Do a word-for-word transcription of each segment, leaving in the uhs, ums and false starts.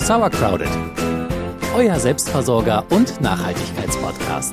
Sauercrowded, euer Selbstversorger und Nachhaltigkeitspodcast.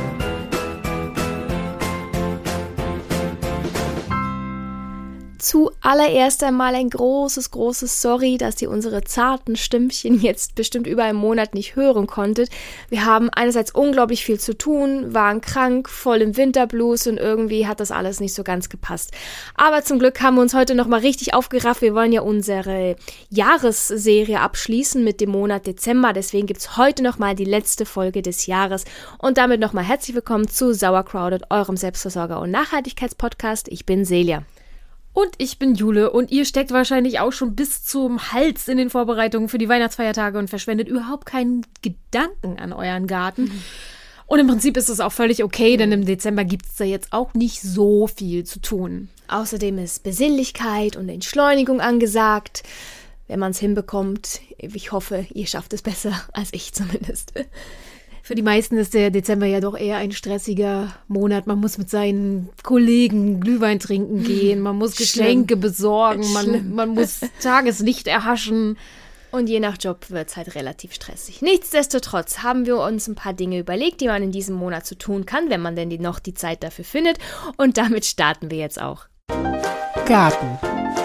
Zuallererst einmal ein großes, großes Sorry, dass ihr unsere zarten Stimmchen jetzt bestimmt über einen Monat nicht hören konntet. Wir haben einerseits unglaublich viel zu tun, waren krank, voll im Winterblues und irgendwie hat das alles nicht so ganz gepasst. Aber zum Glück haben wir uns heute nochmal richtig aufgerafft. Wir wollen ja unsere Jahresserie abschließen mit dem Monat Dezember. Deswegen gibt's heute nochmal die letzte Folge des Jahres. Und damit nochmal herzlich willkommen zu Sauercrowded, eurem Selbstversorger- und Nachhaltigkeitspodcast. Ich bin Celia. Und ich bin Jule und ihr steckt wahrscheinlich auch schon bis zum Hals in den Vorbereitungen für die Weihnachtsfeiertage und verschwendet überhaupt keinen Gedanken an euren Garten. Mhm. Und im Prinzip ist es auch völlig okay, denn im Dezember gibt es da jetzt auch nicht so viel zu tun. Außerdem ist Besinnlichkeit und Entschleunigung angesagt, wenn man es hinbekommt. Ich hoffe, ihr schafft es besser als ich zumindest. Für die meisten ist der Dezember ja doch eher ein stressiger Monat. Man muss mit seinen Kollegen Glühwein trinken gehen, man muss Geschenke Schlimm. besorgen, man, man muss Tageslicht erhaschen. Und je nach Job wird es halt relativ stressig. Nichtsdestotrotz haben wir uns ein paar Dinge überlegt, die man in diesem Monat so tun kann, wenn man denn die, noch die Zeit dafür findet. Und damit starten wir jetzt auch. Garten.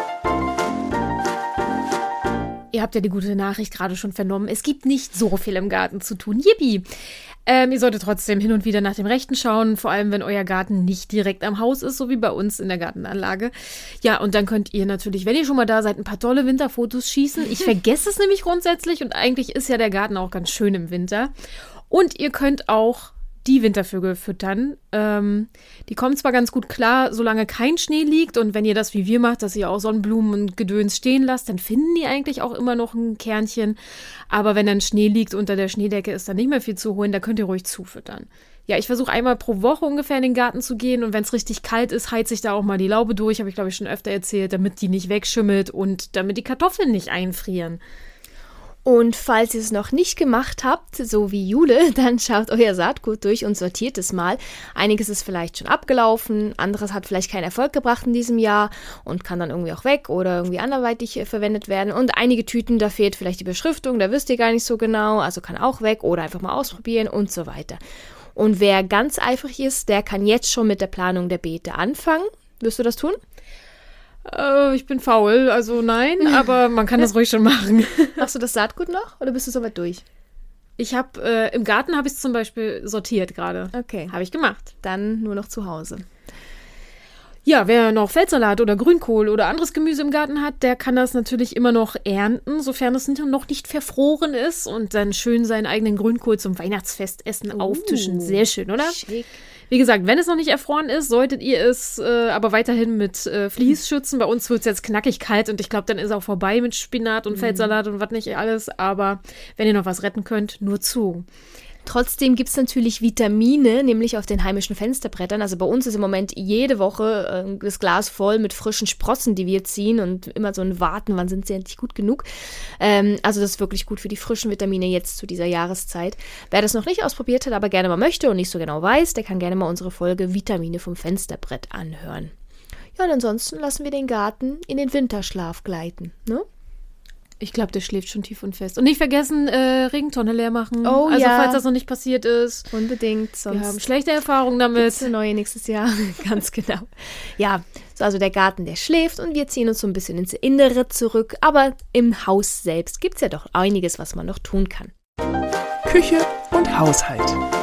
Ihr habt ja die gute Nachricht gerade schon vernommen. Es gibt nicht so viel im Garten zu tun. Yippie! Ähm, ihr solltet trotzdem hin und wieder nach dem Rechten schauen, vor allem wenn euer Garten nicht direkt am Haus ist, so wie bei uns in der Gartenanlage. Ja, und dann könnt ihr natürlich, wenn ihr schon mal da seid, ein paar tolle Winterfotos schießen. Ich vergesse es nämlich grundsätzlich und eigentlich ist ja der Garten auch ganz schön im Winter. Und ihr könnt auch die Wintervögel füttern. Ähm, die kommen zwar ganz gut klar, solange kein Schnee liegt, und wenn ihr das wie wir macht, dass ihr auch Sonnenblumen und Gedöns stehen lasst, dann finden die eigentlich auch immer noch ein Kernchen. Aber wenn dann Schnee liegt unter der Schneedecke, ist da nicht mehr viel zu holen, da könnt ihr ruhig zufüttern. Ja, ich versuche einmal pro Woche ungefähr in den Garten zu gehen, und wenn es richtig kalt ist, heize ich da auch mal die Laube durch, habe ich glaube ich schon öfter erzählt, damit die nicht wegschimmelt und damit die Kartoffeln nicht einfrieren. Und falls ihr es noch nicht gemacht habt, so wie Jule, dann schaut euer Saatgut durch und sortiert es mal. Einiges ist vielleicht schon abgelaufen, anderes hat vielleicht keinen Erfolg gebracht in diesem Jahr und kann dann irgendwie auch weg oder irgendwie anderweitig verwendet werden. Und einige Tüten, da fehlt vielleicht die Beschriftung, da wisst ihr gar nicht so genau, also kann auch weg oder einfach mal ausprobieren und so weiter. Und wer ganz eifrig ist, der kann jetzt schon mit der Planung der Beete anfangen. Wirst du das tun? Äh, ich bin faul, also nein, aber man kann das ruhig schon machen. Machst du das Saatgut noch oder bist du soweit durch? Ich habe, äh, im Garten habe ich es zum Beispiel sortiert gerade. Okay. Habe ich gemacht. Dann nur noch zu Hause. Ja, wer noch Feldsalat oder Grünkohl oder anderes Gemüse im Garten hat, der kann das natürlich immer noch ernten, sofern es noch nicht verfroren ist, und dann schön seinen eigenen Grünkohl zum Weihnachtsfestessen uh, auftischen. Sehr schön, oder? Schick. Wie gesagt, wenn es noch nicht erfroren ist, solltet ihr es äh, aber weiterhin mit äh, Vlies schützen. Bei uns wird es jetzt knackig kalt und ich glaube, dann ist auch vorbei mit Spinat und Feldsalat und was nicht alles. Aber wenn ihr noch was retten könnt, nur zu. Trotzdem gibt es natürlich Vitamine, nämlich auf den heimischen Fensterbrettern. Also bei uns ist im Moment jede Woche äh, das Glas voll mit frischen Sprossen, die wir ziehen, und immer so ein Warten, wann sind sie endlich gut genug. Ähm, also das ist wirklich gut für die frischen Vitamine jetzt zu dieser Jahreszeit. Wer das noch nicht ausprobiert hat, aber gerne mal möchte und nicht so genau weiß, der kann gerne mal unsere Folge Vitamine vom Fensterbrett anhören. Ja, und ansonsten lassen wir den Garten in den Winterschlaf gleiten, ne? Ich glaube, der schläft schon tief und fest. Und nicht vergessen, äh, Regentonne leer machen. Oh, also ja. falls das noch nicht passiert ist. Unbedingt. Sonst wir haben schlechte Erfahrungen damit. Gibt's eine neue nächstes Jahr. Ganz genau. Ja, also der Garten, der schläft und wir ziehen uns so ein bisschen ins Innere zurück. Aber im Haus selbst gibt es ja doch einiges, was man noch tun kann. Küche und Haushalt.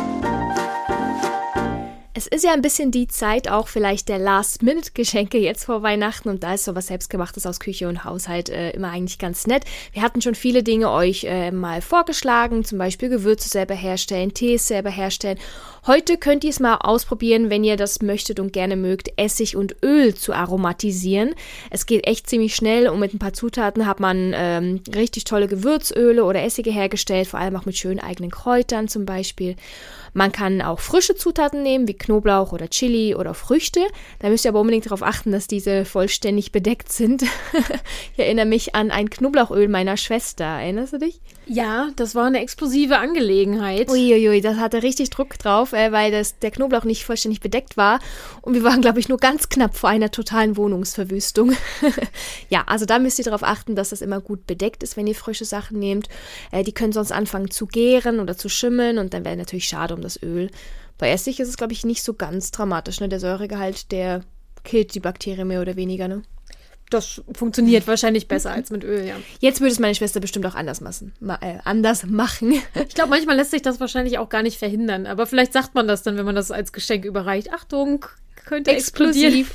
Es ist ja ein bisschen die Zeit auch vielleicht der Last-Minute-Geschenke jetzt vor Weihnachten, und da ist sowas Selbstgemachtes aus Küche und Haushalt äh, immer eigentlich ganz nett. Wir hatten schon viele Dinge euch äh, mal vorgeschlagen, zum Beispiel Gewürze selber herstellen, Tees selber herstellen. Heute könnt ihr es mal ausprobieren, wenn ihr das möchtet und gerne mögt, Essig und Öl zu aromatisieren. Es geht echt ziemlich schnell und mit ein paar Zutaten hat man ähm, richtig tolle Gewürzöle oder Essige hergestellt, vor allem auch mit schönen eigenen Kräutern zum Beispiel. Man kann auch frische Zutaten nehmen, wie Knoblauch oder Chili oder Früchte. Da müsst ihr aber unbedingt darauf achten, dass diese vollständig bedeckt sind. Ich erinnere mich an ein Knoblauchöl meiner Schwester. Erinnerst du dich? Ja, das war eine explosive Angelegenheit. Uiuiui, das hatte richtig Druck drauf, äh, weil das, der Knoblauch nicht vollständig bedeckt war. Und wir waren, glaube ich, nur ganz knapp vor einer totalen Wohnungsverwüstung. Ja, also da müsst ihr darauf achten, dass das immer gut bedeckt ist, wenn ihr frische Sachen nehmt. Äh, die können sonst anfangen zu gären oder zu schimmeln und dann wäre natürlich schade um das Öl. Bei Essig ist es, glaube ich, nicht so ganz dramatisch. Ne? Der Säuregehalt, der killt die Bakterien mehr oder weniger, ne? Das funktioniert wahrscheinlich besser als mit Öl, ja. Jetzt würde es meine Schwester bestimmt auch anders machen. Ma- äh, anders machen. Ich glaube, manchmal lässt sich das wahrscheinlich auch gar nicht verhindern. Aber vielleicht sagt man das dann, wenn man das als Geschenk überreicht. Achtung, könnte explodieren.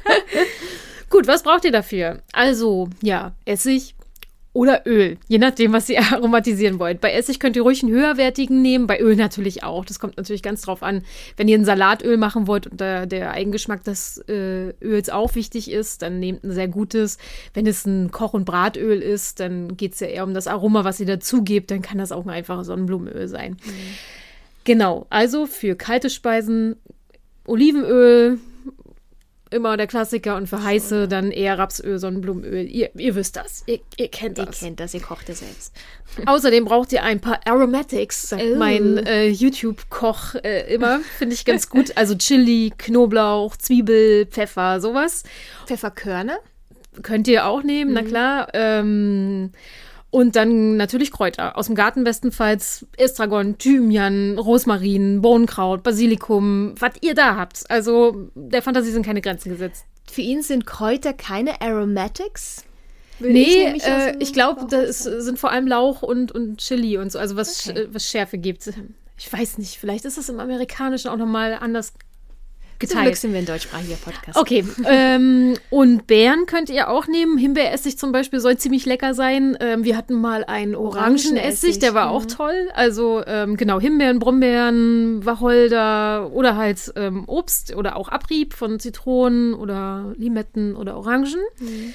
Gut, was braucht ihr dafür? Also, ja, Essig oder Öl, je nachdem, was ihr aromatisieren wollt. Bei Essig könnt ihr ruhig einen höherwertigen nehmen, bei Öl natürlich auch. Das kommt natürlich ganz drauf an. Wenn ihr ein Salatöl machen wollt und der, der Eigengeschmack des äh, Öls auch wichtig ist, dann nehmt ein sehr gutes. Wenn es ein Koch- und Bratöl ist, dann geht es ja eher um das Aroma, was ihr dazugebt. Dann kann das auch ein einfaches Sonnenblumenöl sein. Mhm. Genau, also für kalte Speisen Olivenöl, immer der Klassiker, und für heiße dann eher Rapsöl, Sonnenblumenöl. Ihr, ihr wisst das. Ihr, ihr kennt das. Ihr kennt das, ihr kocht ja selbst. Außerdem braucht ihr ein paar Aromatics, sagt Oh. mein äh, YouTube-Koch äh, immer. Finde ich ganz gut. Also Chili, Knoblauch, Zwiebel, Pfeffer, sowas. Pfefferkörner? Könnt ihr auch nehmen, mhm. na klar. Ähm, und dann natürlich Kräuter. Aus dem Garten bestenfalls Estragon, Thymian, Rosmarin, Bohnenkraut, Basilikum, was ihr da habt. Also der Fantasie sind keine Grenzen gesetzt. Für ihn sind Kräuter keine Aromatics? Will Nee, ich, äh, ich glaube, das sind vor allem Lauch und, und Chili und so, also was, Okay. äh, was Schärfe gibt. Ich weiß nicht, vielleicht ist es im Amerikanischen auch nochmal anders Zum Glück geteilt. sind wir ein deutschsprachiger Podcast. Okay, ähm, und Beeren könnt ihr auch nehmen. Himbeeressig zum Beispiel soll ziemlich lecker sein. Ähm, wir hatten mal einen Orangenessig, Orangenessig, der war auch mhm. toll. Also ähm, genau, Himbeeren, Brombeeren, Wacholder oder halt ähm, Obst oder auch Abrieb von Zitronen oder Limetten oder Orangen. Mhm.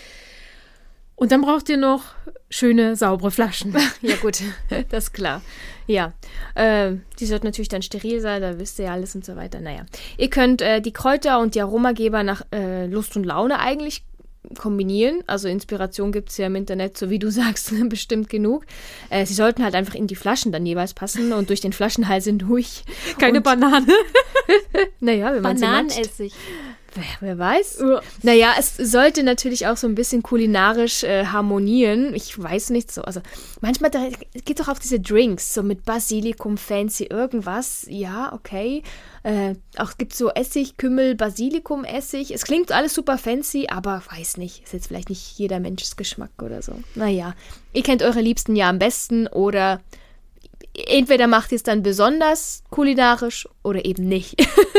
Und dann braucht ihr noch schöne, saubere Flaschen. Ja gut, das ist klar. Ja, äh, die sollten natürlich dann steril sein, da wisst ihr ja alles und so weiter. Naja, ihr könnt äh, die Kräuter und die Aromageber nach äh, Lust und Laune eigentlich kombinieren. Also Inspiration gibt es ja im Internet, so wie du sagst, bestimmt genug. Äh, sie sollten halt einfach in die Flaschen dann jeweils passen und durch den Flaschenhals hindurch. Keine und, Banane. Naja, wenn man sie matscht. Bananenessig. Wer, wer weiß. Naja, es sollte natürlich auch so ein bisschen kulinarisch äh, harmonieren. Ich weiß nicht so. Also manchmal da, geht doch auf diese Drinks, so mit Basilikum, fancy, irgendwas. Ja, okay. Äh, auch gibt so Essig, Kümmel, Basilikum-Essig. Es klingt alles super fancy, aber weiß nicht. Ist jetzt vielleicht nicht jeder Menschs Geschmack oder so. Naja, ihr kennt eure Liebsten ja am besten oder entweder macht ihr es dann besonders kulinarisch oder eben nicht.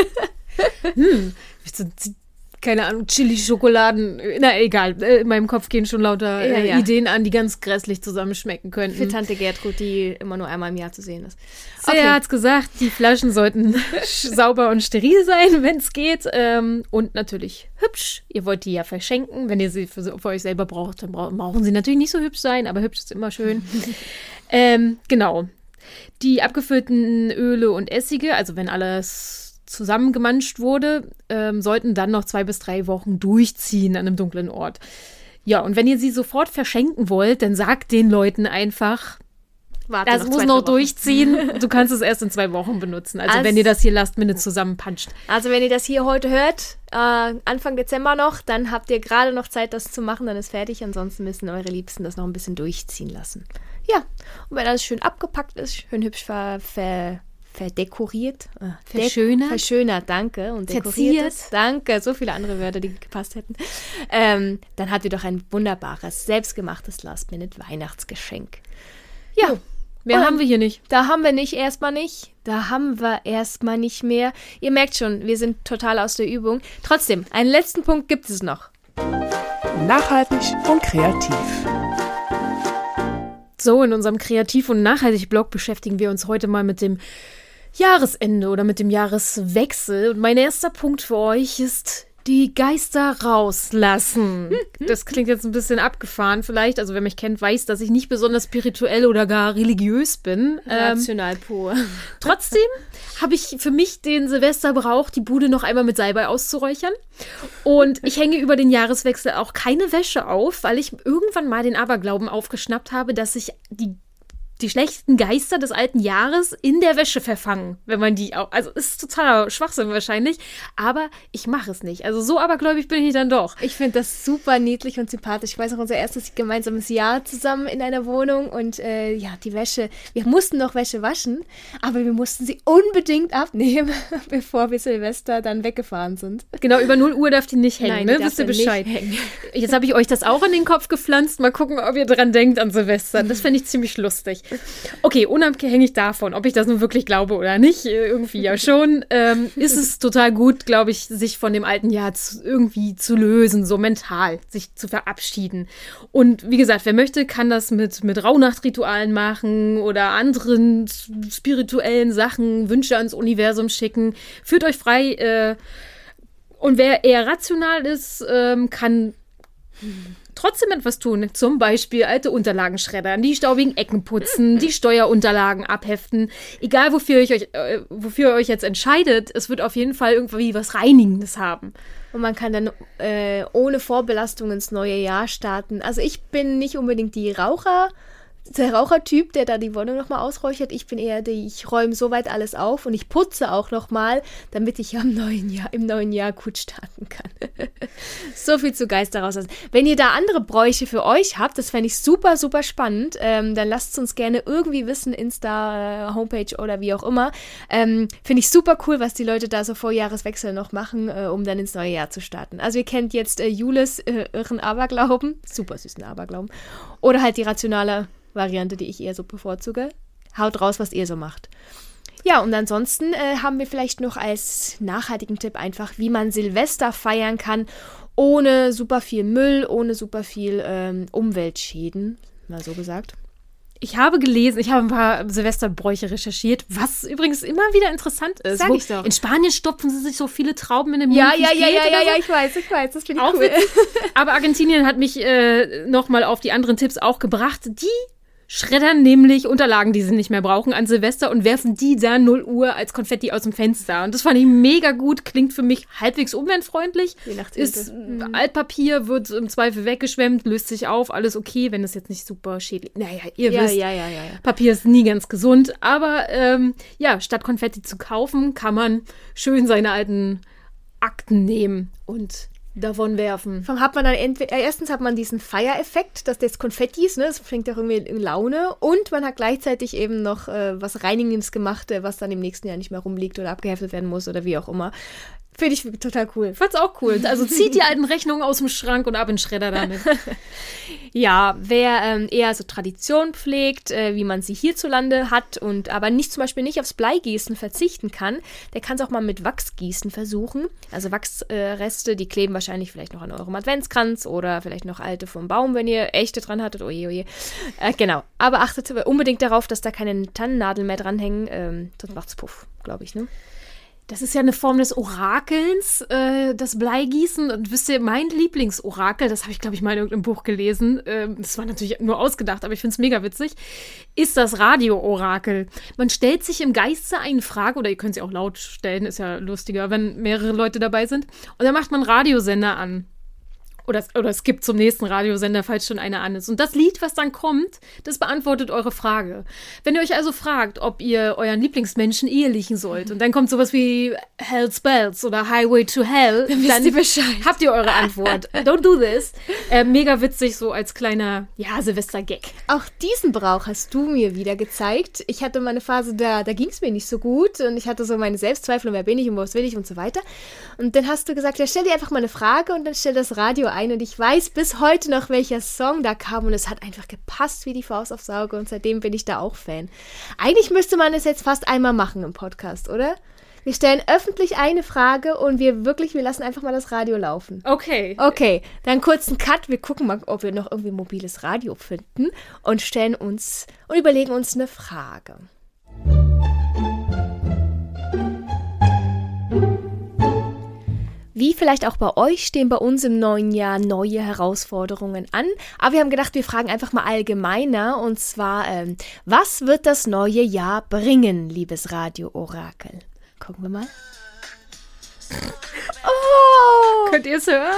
Hm, keine Ahnung, Chili-Schokoladen, na egal, in meinem Kopf gehen schon lauter äh, Ja, ja. Ideen an, die ganz grässlich zusammenschmecken Für könnten. Tante Gertrud, die immer nur einmal im Jahr zu sehen ist. Sehr hat's gesagt, die Flaschen sollten sauber und steril sein, wenn es geht. Ähm, und natürlich hübsch. Ihr wollt die ja verschenken. Wenn ihr sie für, für euch selber braucht, dann bra- brauchen sie natürlich nicht so hübsch sein, aber hübsch ist immer schön. ähm, genau. Die abgefüllten Öle und Essige, also wenn alles zusammengemanscht wurde, ähm, sollten dann noch zwei bis drei Wochen durchziehen an einem dunklen Ort. Ja, und wenn ihr sie sofort verschenken wollt, dann sagt den Leuten einfach, Warte das noch muss zwei, noch drei Wochen. durchziehen. Du kannst es erst in zwei Wochen benutzen. Also, Also- wenn ihr das hier last minute zusammenpuncht. Also wenn ihr das hier heute hört, äh, Anfang Dezember noch, dann habt ihr gerade noch Zeit, das zu machen, dann ist fertig. Ansonsten müssen eure Liebsten das noch ein bisschen durchziehen lassen. Ja, und wenn alles schön abgepackt ist, schön hübsch ver, ver, verdekoriert. Äh, Verschönert? Verschönert, danke. Und dekoriert. Verziert. ist. Danke, so viele andere Wörter, die gepasst hätten. Ähm, dann habt ihr doch ein wunderbares, selbstgemachtes Last-Minute-Weihnachtsgeschenk. Ja. Mehr Und haben wir hier nicht. Da haben wir nicht, erstmal nicht. Da haben wir erstmal nicht mehr. Ihr merkt schon, wir sind total aus der Übung. Trotzdem, einen letzten Punkt gibt es noch. Nachhaltig und kreativ. So, in unserem Kreativ- und Nachhaltig-Blog beschäftigen wir uns heute mal mit dem Jahresende oder mit dem Jahreswechsel. Und mein erster Punkt für euch ist Die Geister rauslassen. Das klingt jetzt ein bisschen abgefahren vielleicht. Also wer mich kennt, weiß, dass ich nicht besonders spirituell oder gar religiös bin. Rational pur. Trotzdem habe ich für mich den Silvesterbrauch, die Bude noch einmal mit Salbei auszuräuchern. Und ich hänge über den Jahreswechsel auch keine Wäsche auf, weil ich irgendwann mal den Aberglauben aufgeschnappt habe, dass sich die die schlechten Geister des alten Jahres in der Wäsche verfangen, wenn man die auch, also ist totaler Schwachsinn wahrscheinlich, aber ich mache es nicht. Also so abergläubig bin ich dann doch. Ich finde das super niedlich und sympathisch. Ich weiß noch, unser erstes gemeinsames Jahr zusammen in einer Wohnung und äh, ja, die Wäsche, wir mussten noch Wäsche waschen, aber wir mussten sie unbedingt abnehmen, bevor wir Silvester dann weggefahren sind. Genau, über null Uhr darf die nicht hängen, Nein, ne? die Wisst ihr darf Bescheid? nicht hängen. Jetzt habe ich euch das auch in den Kopf gepflanzt. Mal gucken, ob ihr dran denkt an Silvester. Das fände ich ziemlich lustig. Okay, unabhängig davon, ob ich das nun wirklich glaube oder nicht, irgendwie ja schon, ähm, ist es total gut, glaube ich, sich von dem alten Jahr zu, irgendwie zu lösen, so mental, sich zu verabschieden. Und wie gesagt, wer möchte, kann das mit, mit Rauhnachtritualen machen oder anderen spirituellen Sachen, Wünsche ans Universum schicken. Fühlt euch frei. Äh, und wer eher rational ist, ähm, kann trotzdem etwas tun. Zum Beispiel alte Unterlagen schreddern, die staubigen Ecken putzen, die Steuerunterlagen abheften. Egal, wofür, ich euch, äh, wofür ihr euch jetzt entscheidet, es wird auf jeden Fall irgendwie was Reinigendes haben. Und man kann dann äh, ohne Vorbelastung ins neue Jahr starten. Also ich bin nicht unbedingt die Raucher, der Rauchertyp, der da die Wohnung nochmal ausräuchert. Ich bin eher die, ich räume soweit alles auf und ich putze auch nochmal, damit ich am neuen Jahr, im neuen Jahr gut starten kann. So viel zu Geister rauslassen. Wenn ihr da andere Bräuche für euch habt, das fände ich super, super spannend, ähm, dann lasst es uns gerne irgendwie wissen, Insta, äh, Homepage oder wie auch immer. Ähm, Finde ich super cool, was die Leute da so vor Jahreswechsel noch machen, äh, um dann ins neue Jahr zu starten. Also ihr kennt jetzt äh, Jules äh, irren Aberglauben, super süßen Aberglauben, oder halt die rationale Variante, die ich eher so bevorzuge. Haut raus, was ihr so macht. Ja, und ansonsten äh, haben wir vielleicht noch als nachhaltigen Tipp einfach, wie man Silvester feiern kann, ohne super viel Müll, ohne super viel ähm, Umweltschäden, mal so gesagt. Ich habe gelesen, ich habe ein paar Silvesterbräuche recherchiert, was übrigens immer wieder interessant ist. Sag Wo, ich doch. In Spanien stopfen sie sich so viele Trauben in den Mund. Ja, wie ja, es ja, geht ja, oder ja, so. ja, ich weiß, ich weiß, das finde ich Auch cool. witzig. Aber Argentinien hat mich äh, nochmal auf die anderen Tipps auch gebracht. Die schreddern nämlich Unterlagen, die sie nicht mehr brauchen, an Silvester und werfen die dann null Uhr als Konfetti aus dem Fenster. Und das fand ich mega gut, klingt für mich halbwegs umweltfreundlich. Je nach Tinte. Ist Mhm. Altpapier, wird im Zweifel weggeschwemmt, löst sich auf, alles okay, wenn es jetzt nicht super schädlich ist. Naja, ihr Ja, wisst, ja, ja, ja, ja. Papier ist nie ganz gesund, aber ähm, ja, statt Konfetti zu kaufen, kann man schön seine alten Akten nehmen und davon werfen. Vom hat man dann entweder, erstens hat man diesen Feiereffekt, dass das Konfetti ist, ne? Das bringt auch irgendwie in Laune. Und man hat gleichzeitig eben noch äh, was Reinigendes gemacht, äh, was dann im nächsten Jahr nicht mehr rumliegt oder abgeheftet werden muss oder wie auch immer. Finde ich total cool. Fand's auch cool. Also zieht die alten Rechnungen aus dem Schrank und ab in den Schredder damit. Ja, wer ähm, eher so Tradition pflegt, äh, wie man sie hierzulande hat und aber nicht zum Beispiel nicht aufs Bleigießen verzichten kann, der kann es auch mal mit Wachsgießen versuchen. Also Wachsreste, äh, die kleben wahrscheinlich vielleicht noch an eurem Adventskranz oder vielleicht noch alte vom Baum, wenn ihr echte dran hattet. Oje, oje. Äh, genau. Aber achtet unbedingt darauf, dass da keine Tannennadeln mehr dranhängen, ähm, sonst macht's Puff, glaube ich, ne? Das ist ja eine Form des Orakelns, äh, das Bleigießen. Und wisst ihr, mein Lieblingsorakel, das habe ich, glaube ich, mal in irgendeinem Buch gelesen, äh, das war natürlich nur ausgedacht, aber ich finde es mega witzig, ist das Radio-Orakel. Man stellt sich im Geiste eine Frage, oder ihr könnt sie auch laut stellen, ist ja lustiger, wenn mehrere Leute dabei sind. Und dann macht man einen Radiosender an. Oder, oder es gibt zum nächsten Radiosender, falls schon einer an ist. Und das Lied, was dann kommt, das beantwortet eure Frage. Wenn ihr euch also fragt, ob ihr euren Lieblingsmenschen ehelichen sollt, und dann kommt sowas wie Hell's Bells oder Highway to Hell, Dann wisst ihr Bescheid. habt ihr eure Antwort. Don't do this. Äh, mega witzig, so als kleiner, ja, Silvester-Gag. Auch diesen Brauch hast du mir wieder gezeigt. Ich hatte mal eine Phase, da, da ging es mir nicht so gut und ich hatte so meine Selbstzweifel und wer bin ich und was will ich und so weiter. Und dann hast du gesagt, ja, stell dir einfach mal eine Frage und dann stell das Radio ein und ich weiß bis heute noch, welcher Song da kam und es hat einfach gepasst wie die Faust aufs Auge und seitdem bin ich da auch Fan. Eigentlich müsste man es jetzt fast einmal machen im Podcast, oder? Wir stellen öffentlich eine Frage und wir wirklich, wir lassen einfach mal das Radio laufen. Okay. Okay, dann kurz einen Cut. Wir gucken mal, ob wir noch irgendwie mobiles Radio finden und stellen uns und überlegen uns eine Frage. wie vielleicht auch bei euch stehen bei uns im neuen Jahr neue Herausforderungen an. Aber wir haben gedacht, wir fragen einfach mal allgemeiner. Und zwar, ähm, was wird das neue Jahr bringen, liebes Radio-Orakel? Gucken wir mal. Oh! Könnt ihr es hören?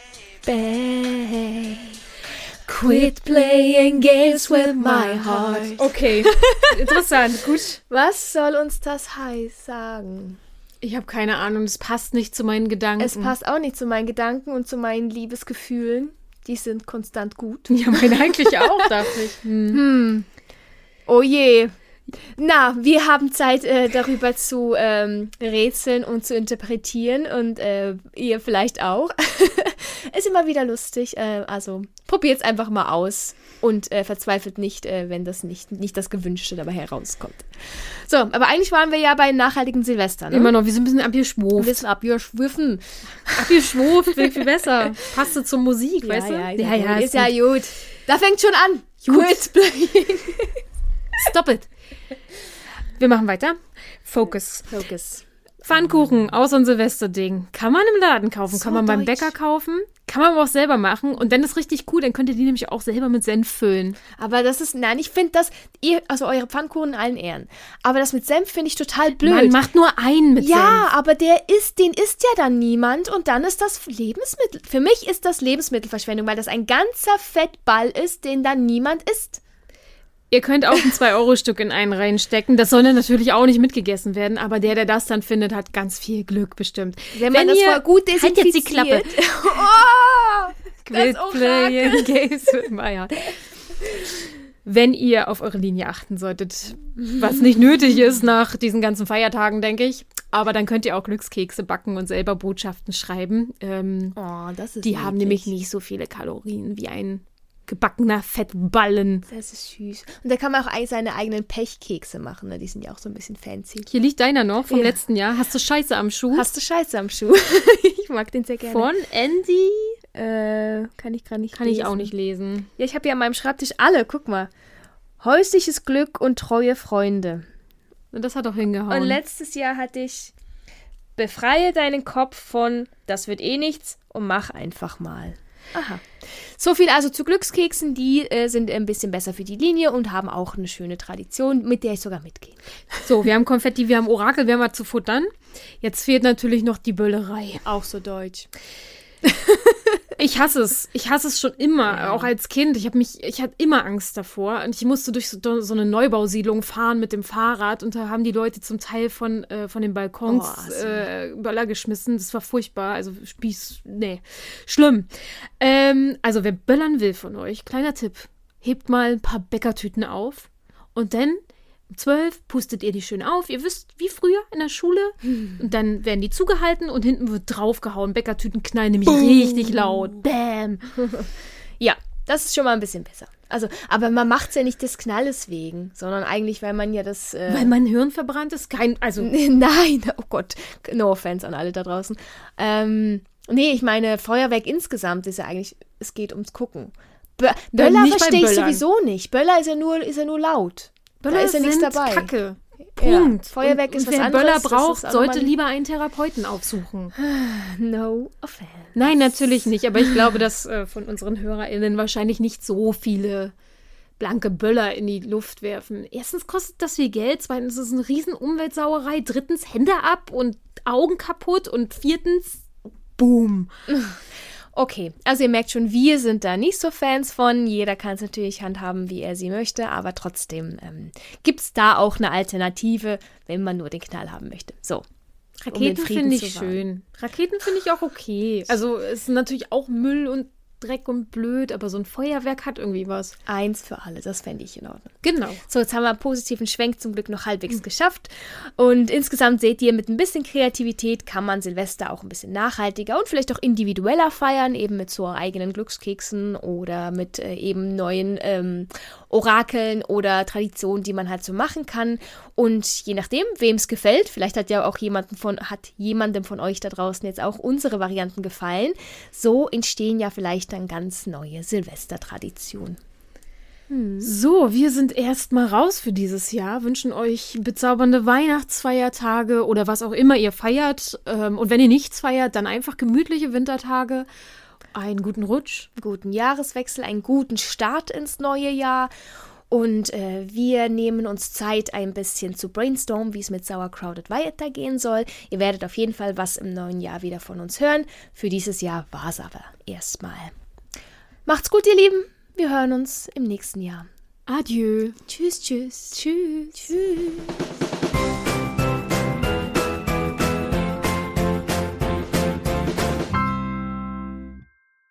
Babe, quit playing games with my heart. Okay, interessant, gut. Was soll uns das heiß sagen? Ich habe keine Ahnung, es passt nicht zu meinen Gedanken. Es passt auch nicht zu meinen Gedanken und zu meinen Liebesgefühlen. Die sind konstant gut. Ja, meine eigentlich auch, dachte ich. Hm. Hm. Oh je. Na, wir haben Zeit, äh, darüber zu ähm, rätseln und zu interpretieren und äh, ihr vielleicht auch. Ist immer wieder lustig, äh, also probiert es einfach mal aus und äh, verzweifelt nicht, äh, wenn das nicht, nicht das Gewünschte dabei herauskommt. So, aber eigentlich waren wir ja bei nachhaltigen Silvester, ne? Immer noch, wir sind ein bisschen abgeschwuft. Ein bisschen abgeschwiffen. Abgeschwuft, viel, viel besser. Passte zur Musik, Ja, weißt du? ja, ja, ja, ist ja gut. Da fängt schon an. Gut. Quit playing. Stop it. Wir machen weiter. Focus. Focus. Pfannkuchen, aus so ein Silvesterding. Kann man im Laden kaufen, So kann man beim deutsch. Bäcker kaufen, kann man aber auch selber machen. Und dann ist richtig cool, dann könnt ihr die nämlich auch selber mit Senf füllen. Aber das ist, nein, ich finde das, ihr, also eure Pfannkuchen in allen Ehren. Aber das mit Senf finde ich total blöd. Man macht nur einen mit ja, Senf. aber der isst, den isst ja dann niemand und dann ist das Lebensmittel. Für mich ist das Lebensmittelverschwendung, weil das ein ganzer Fettball ist, den dann niemand isst. Ihr könnt auch ein zwei Euro Stück in einen reinstecken. Das soll dann natürlich auch nicht mitgegessen werden, aber der, der das dann findet, hat ganz viel Glück bestimmt. Wenn man das voll gut halt jetzt die Klappe. desinfiziert. Oh, Quit das playing Orakel. games with my heart. Wenn ihr auf eure Linie achten solltet, was nicht nötig ist nach diesen ganzen Feiertagen, denke ich. Aber dann könnt ihr auch Glückskekse backen und selber Botschaften schreiben. Ähm, Oh, das ist die haben niedlich. nämlich nicht so viele Kalorien wie ein gebackener Fettballen. Das ist süß. Und da kann man auch eigentlich seine eigenen Pechkekse machen, ne? Die sind ja auch so ein bisschen fancy. Hier liegt deiner noch vom Ja. letzten Jahr. Hast du Scheiße am Schuh? Hast du Scheiße am Schuh? Ich mag den sehr gerne. Von Andy? Äh, kann ich gerade nicht Kann lesen. ich auch nicht lesen. Ja, ich habe ja an meinem Schreibtisch alle, guck mal. Häusliches Glück und treue Freunde. Und das hat doch hingehauen. Und letztes Jahr hatte ich befreie deinen Kopf von das wird eh nichts und mach einfach mal. Aha. So viel also zu Glückskeksen, die äh, sind ein bisschen besser für die Linie und haben auch eine schöne Tradition, mit der ich sogar mitgehe. So, wir haben Konfetti, wir haben Orakel, wir haben was zu futtern. Jetzt fehlt natürlich noch die Böllerei. Auch so deutsch. Ich hasse es. Ich hasse es schon immer, ja. Auch als Kind. Ich habe mich, ich hatte immer Angst davor. Und ich musste durch so, so eine Neubausiedlung fahren mit dem Fahrrad. Und da haben die Leute zum Teil von, äh, von den Balkons Oh, so. äh, Böller geschmissen. Das war furchtbar. Also Spieß, nee, schlimm. Ähm, also wer böllern will von euch, kleiner Tipp. Hebt mal ein paar Bäckertüten auf. Und dann um zwölf pustet ihr die schön auf. Ihr wisst, wie früher in der Schule. Und dann werden die zugehalten und hinten wird draufgehauen. Bäckertüten knallen nämlich Boom. Richtig laut. Bam. Ja, das ist schon mal ein bisschen besser. Also, aber man macht es ja nicht des Knalles wegen, sondern eigentlich, weil man ja das... Äh weil mein Hirn verbrannt ist? Kein, also... Nein, oh Gott, no offense an alle da draußen. Ähm, nee, ich meine, Feuerwerk insgesamt ist ja eigentlich, es geht ums Gucken. Bö Böller nicht verstehe ich Böllern. sowieso nicht. Böller ist ja nur, ist ja nur laut. Böller Da ist ja nichts sind dabei. Kacke. Ja, Punkt. Feuerwerk und, ist und was wer anderes. Böller das braucht, ist auch sollte nochmal- lieber einen Therapeuten aufsuchen. No offense. Nein, natürlich nicht. Aber ich glaube, dass äh, von unseren HörerInnen wahrscheinlich nicht so viele blanke Böller in die Luft werfen. Erstens kostet das viel Geld. Zweitens ist es eine riesen Umweltsauerei. Drittens Hände ab und Augen kaputt. Und viertens, boom. Okay, also ihr merkt schon, wir sind da nicht so Fans von. Jeder kann es natürlich handhaben, wie er sie möchte, aber trotzdem ähm, gibt es da auch eine Alternative, wenn man nur den Knall haben möchte. So. Raketen Frieden finde ich zu wahren. schön. Raketen finde ich auch okay. Also es ist natürlich auch Müll und Dreck und blöd, aber so ein Feuerwerk hat irgendwie was. Eins für alle, das fände ich in Ordnung. Genau. So, jetzt haben wir einen positiven Schwenk zum Glück noch halbwegs geschafft. Und insgesamt seht ihr, mit ein bisschen Kreativität kann man Silvester auch ein bisschen nachhaltiger und vielleicht auch individueller feiern, eben mit so eigenen Glückskeksen oder mit äh, eben neuen ähm, Orakeln oder Traditionen, die man halt so machen kann. Und je nachdem, wem es gefällt, vielleicht hat ja auch jemanden von, hat jemandem von euch da draußen jetzt auch unsere Varianten gefallen, so entstehen ja vielleicht dann ganz neue Silvestertraditionen. Hm. So, wir sind erstmal raus für dieses Jahr, wünschen euch bezaubernde Weihnachtsfeiertage oder was auch immer ihr feiert. Ähm, und wenn ihr nichts feiert, dann einfach gemütliche Wintertage. Einen guten Rutsch. Guten Jahreswechsel, einen guten Start ins neue Jahr. Und äh, wir nehmen uns Zeit, ein bisschen zu brainstormen, wie es mit Sauerkraut weitergehen soll. Ihr werdet auf jeden Fall was im neuen Jahr wieder von uns hören. Für dieses Jahr war es aber erstmal. Macht's gut, ihr Lieben. Wir hören uns im nächsten Jahr. Adieu. Tschüss, tschüss. Tschüss. Tschüss.